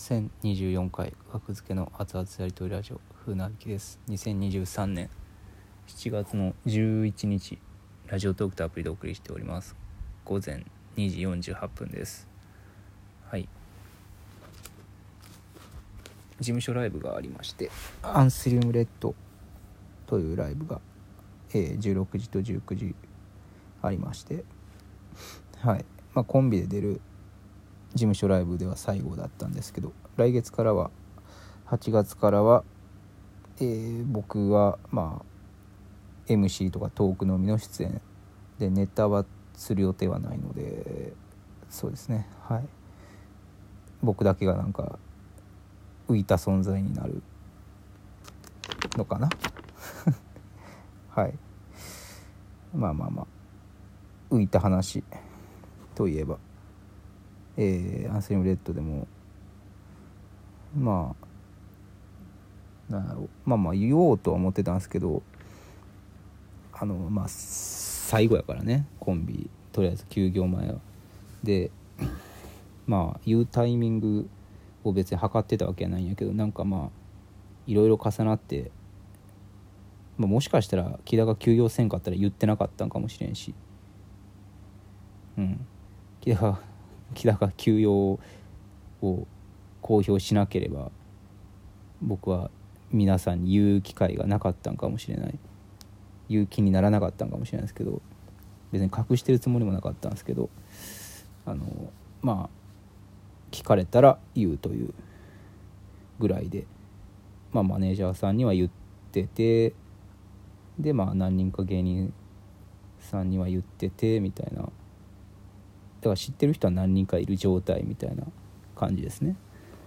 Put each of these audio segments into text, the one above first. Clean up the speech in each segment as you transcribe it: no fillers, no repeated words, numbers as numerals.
1024回格付けの熱々やりとりラジオ風なびきです。2023年7月の11日ラジオトークとアプリでお送りしております。午前2時48分です。はい、事務所ライブがありまして、アンスリウムレッドというライブが、16時と19時ありまして、はい、コンビで出る事務所ライブでは最後だったんですけど、来月からは8月からは、僕はMC とかトークのみの出演でネタはする予定はないので、そうですね、はい、僕だけがなんか浮いた存在になるのかなはい、浮いた話といえば、アンスリウムレッドでも言おうとは思ってたんですけど、最後やからね、コンビとりあえず休業前はで、言うタイミングを別に測ってたわけはないんやけど、いろいろ重なって、もしかしたら木田が休業せんかったら言ってなかったんかもしれんし、木田が休養を公表しなければ僕は皆さんに言う機会がなかったんかもしれない、言う気にならなかったんかもしれないですけど、別に隠してるつもりもなかったんですけど、聞かれたら言うというぐらいで、マネージャーさんには言ってて、で何人か芸人さんには言っててみたいな、だから知ってる人は何人かいる状態みたいな感じですね。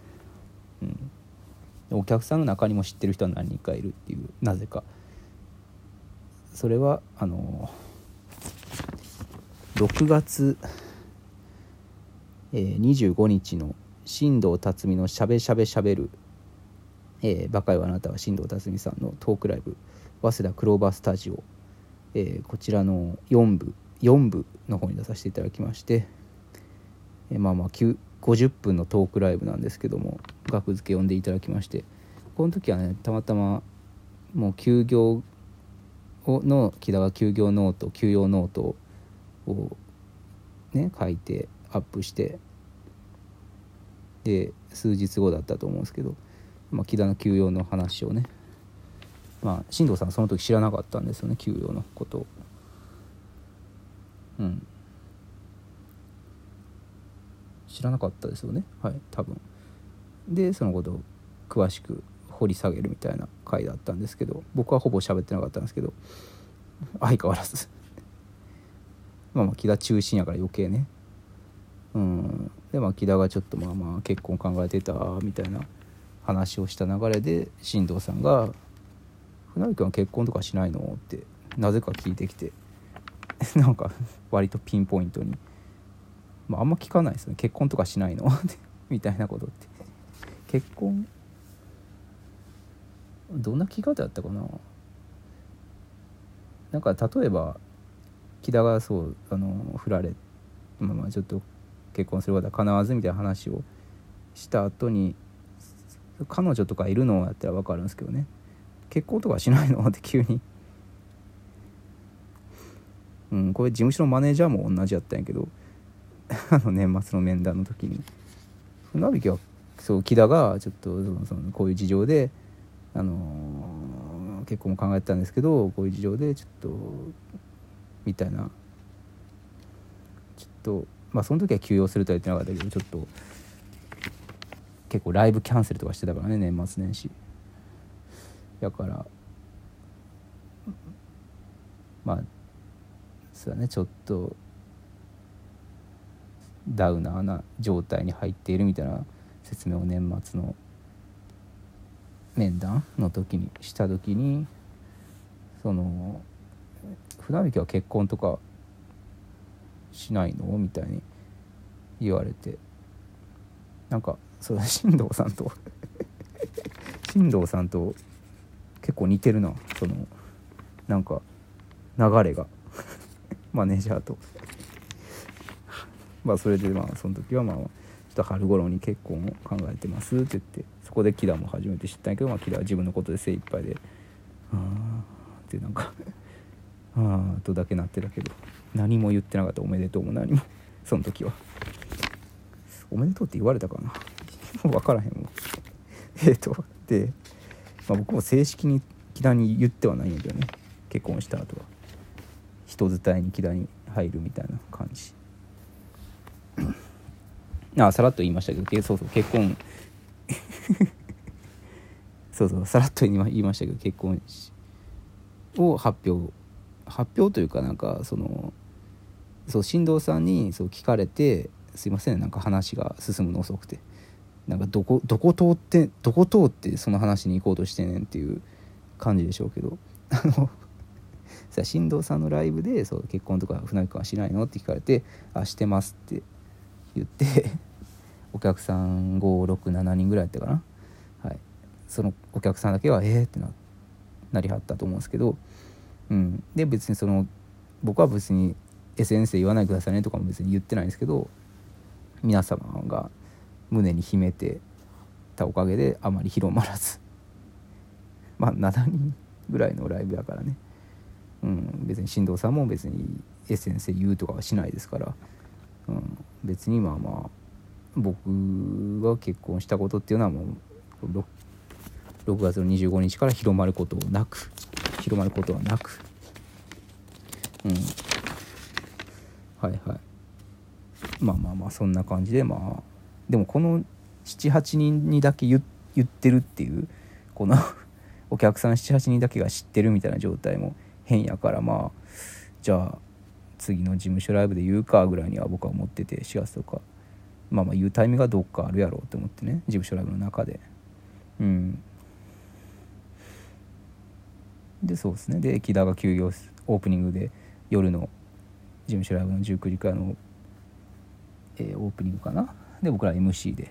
お客さんの中にも知ってる人は何人かいるっていう、なぜかそれは6月、25日の新藤辰巳のしゃべしゃべしゃべる、バカよあなたは新藤辰巳さんのトークライブ早稲田クローバースタジオ、こちらの4部の方に出させていただきまして、50分のトークライブなんですけども、額付け呼んでいただきまして、この時はね、たまたまもう休業の木田が休養ノートをね書いてアップして、で数日後だったと思うんですけど、木田の休養の話をね、新藤さんはその時知らなかったんですよね、休養のことを。知らなかったですよね、はい、多分。でそのことを詳しく掘り下げるみたいな回だったんですけど、僕はほぼ喋ってなかったんですけど、相変わらず木田中心やから余計ね、で木田がちょっと結婚考えてたみたいな話をした流れで、新藤さんが「船木君は結婚とかしないの?」ってなぜか聞いてきてなんか割とピンポイントに、あんま聞かないですね、結婚とかしないのみたいなことって。結婚どんな聞き方やったかな。なんか例えば木田が振られ、ちょっと結婚することはかなわずみたいな話をした後に、彼女とかいるのやったら分かるんですけどね、結婚とかしないのって急にこれ事務所のマネージャーも同じやったんやけど年末の面談の時に船引は木田がちょっとこういう事情で結婚も考えてたんですけど、こういう事情でちょっとみたいな、ちょっとその時は休養するとは言ってなかったけど、ちょっと結構ライブキャンセルとかしてたからね、年末年始だから、そうだね、ちょっとダウナーな状態に入っているみたいな説明を年末の面談の時にした時に、船引は結婚とかしないのみたいに言われて、なんか新藤さんと結構似てるな、なんか流れがマネージャーとそれでその時はちょっと春頃に結婚を考えてますって言って、そこでキダも初めて知ったんやけど、キダは自分のことで精一杯でってなんかとだけなってたけど、何も言ってなかった。おめでとうも何もその時は。おめでとうって言われたかな分からへんもんで、僕も正式に木田に言ってはないんだけどね、結婚した後は人伝いに木田に入るみたいな感じさらっと言いましたけど、そう結婚さらっと言いましたけど、結婚を発表というか、なんか新藤さんに聞かれて、すいませんなんか話が進むの遅くて、なんかどこ通ってその話に行こうとしてんねんっていう感じでしょうけど、新藤さんのライブで結婚とか船木君はしないのって聞かれて、してますって言ってお客さん567人ぐらいやったかな、はい、そのお客さんだけはってなりはったと思うんですけど、で別に僕は別に SNS で言わないでくださいねとかも別に言ってないんですけど、皆様が胸に秘めてたおかげであまり広まらず7人ぐらいのライブやからね、別に新藤さんも別に SNS で言うとかはしないですから、別に僕が結婚したことっていうのはもう6月の25日から広まることはなく、そんな感じで、でもこの 7,8 人にだけ言ってるっていう、このお客さん 7,8 人だけが知ってるみたいな状態も変やから、じゃあ次の事務所ライブで言うかぐらいには僕は思ってて、4月とか言うタイミングがどっかあるやろうって思ってね、事務所ライブの中ででそうですね。で木田が休業オープニングで夜の事務所ライブの19時からの、オープニングかなで僕ら MC で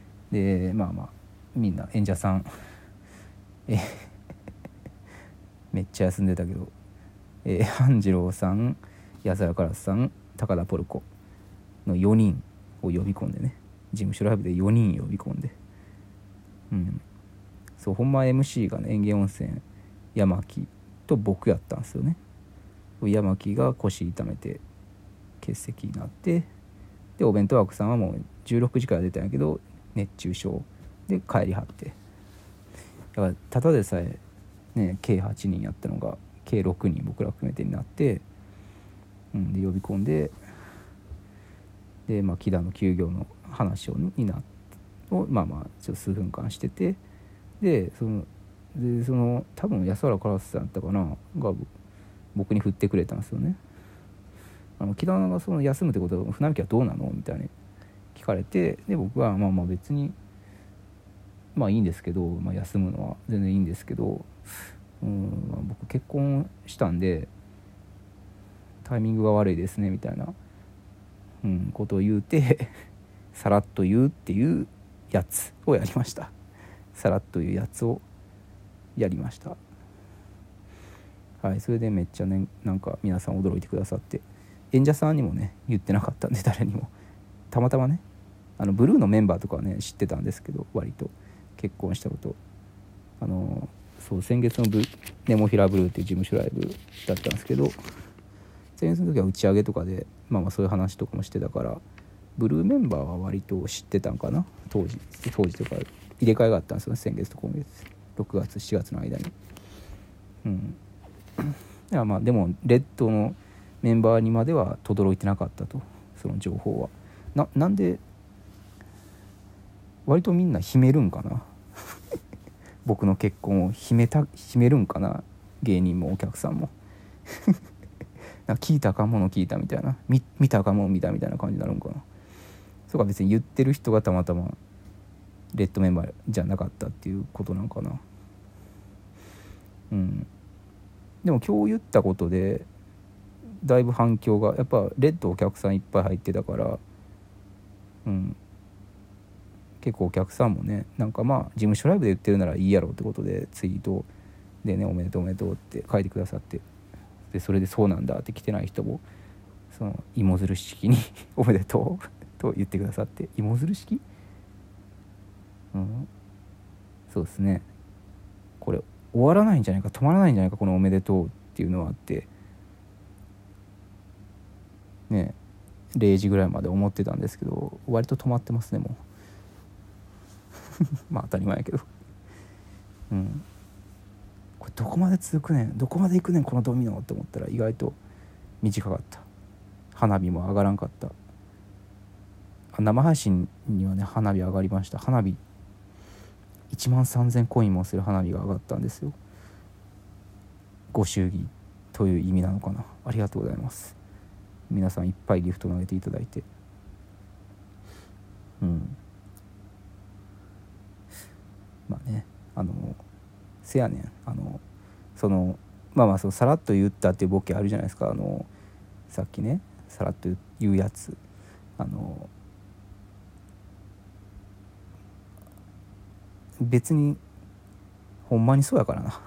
みんな演者さんめっちゃ休んでたけど、半次郎さん、安原カラスさん、高田ポルコの4人を呼び込んでね、事務所ライブで4人呼び込んで、ほんま MC がね、園芸温泉山木と僕やったんですよね。山木が腰痛めて欠席になって、でお弁当枠さんはもう16時から出たんやけど熱中症で帰りはって、だからただでさえね計8人やったのが計6人僕ら含めてになって、で呼び込んで、で木田の休業の話をちょっと数分間してて、で多分安原カラスさんやったかなが僕に振ってくれたんですよね。木田が休むってことは船木はどうなのみたいに聞かれて、で僕は別にいいんですけど、休むのは全然いいんですけど、僕結婚したんでタイミングが悪いですねみたいな、ことを言うてさらっと言うっていうやつをやりました。さらっというやつをやりました。それでめっちゃね、なんか皆さん驚いてくださって、演者さんにもね言ってなかったんで、誰にもたまたまねブルーのメンバーとかはね知ってたんですけど、割と結婚したこと、先月のネモフィラブルーっていう事務所ライブだったんですけど、先月の時は打ち上げとかでそういう話とかもしてたから、ブルーメンバーは割と知ってたんかな、当時とか入れ替えがあったんですよね、先月と今月6月7月の間に。いやでもレッドのメンバーにまでは轟いてなかったと、その情報は。なんで割とみんな秘めるんかな僕の結婚を秘めるんかな、芸人もお客さんもなんか聞いたかもの聞いたみたいな、見たかも見たみたいな感じになるんかな。そうか、別に言ってる人がたまたまレッドメンバーじゃなかったっていうことなんかな。でも今日言ったことでだいぶ反響が、やっぱレッドお客さんいっぱい入ってたから、結構お客さんもね、なんか事務所ライブで言ってるならいいやろうってことでツイートでね、おめでとうおめでとうって書いてくださって、でそれでそうなんだって来てない人も芋づる式におめでとうと言ってくださって、芋づる式、そうですね、これ終わらないんじゃないか、止まらないんじゃないか、このおめでとうっていうのはあってね、0時ぐらいまで思ってたんですけど、割と止まってますね、もうまあ当たり前やけど、これどこまで続くねん、どこまで行くねんこのドミノって思ったら意外と短かった。花火も上がらんかった。生配信にはね花火上がりました。花火1万3000コインもする花火が上がったんですよ。ご祝儀という意味なのかな。ありがとうございます。皆さんいっぱいギフト投げていただいて、まあね、せやねん、そのそのさらっと言ったっていうボケあるじゃないですか。さっきねさらっと言うやつ、別にほんまにそうやからな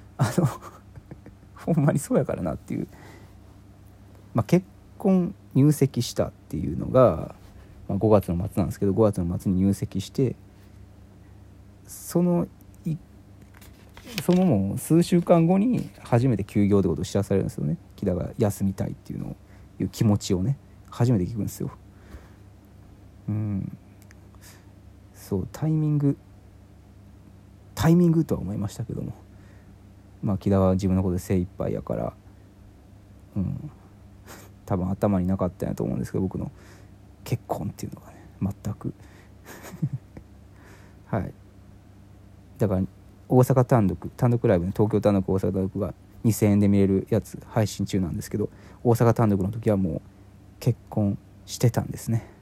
ほんまにそうやからなっていう、結婚入籍したっていうのが、5月の末なんですけど、5月の末に入籍して、そのもう数週間後に初めて休業ってことを知らされるんですよね。木田が休みたいっていうのをいう気持ちをね初めて聞くんですよ。そうタイミングとは思いましたけども、木田は自分のことで精一杯やから、多分頭になかったんやと思うんですけど、僕の結婚っていうのがね全くはいだから大阪単独ライブね、東京単独大阪単独が2000円で見れるやつ配信中なんですけど、大阪単独の時はもう結婚してたんですね。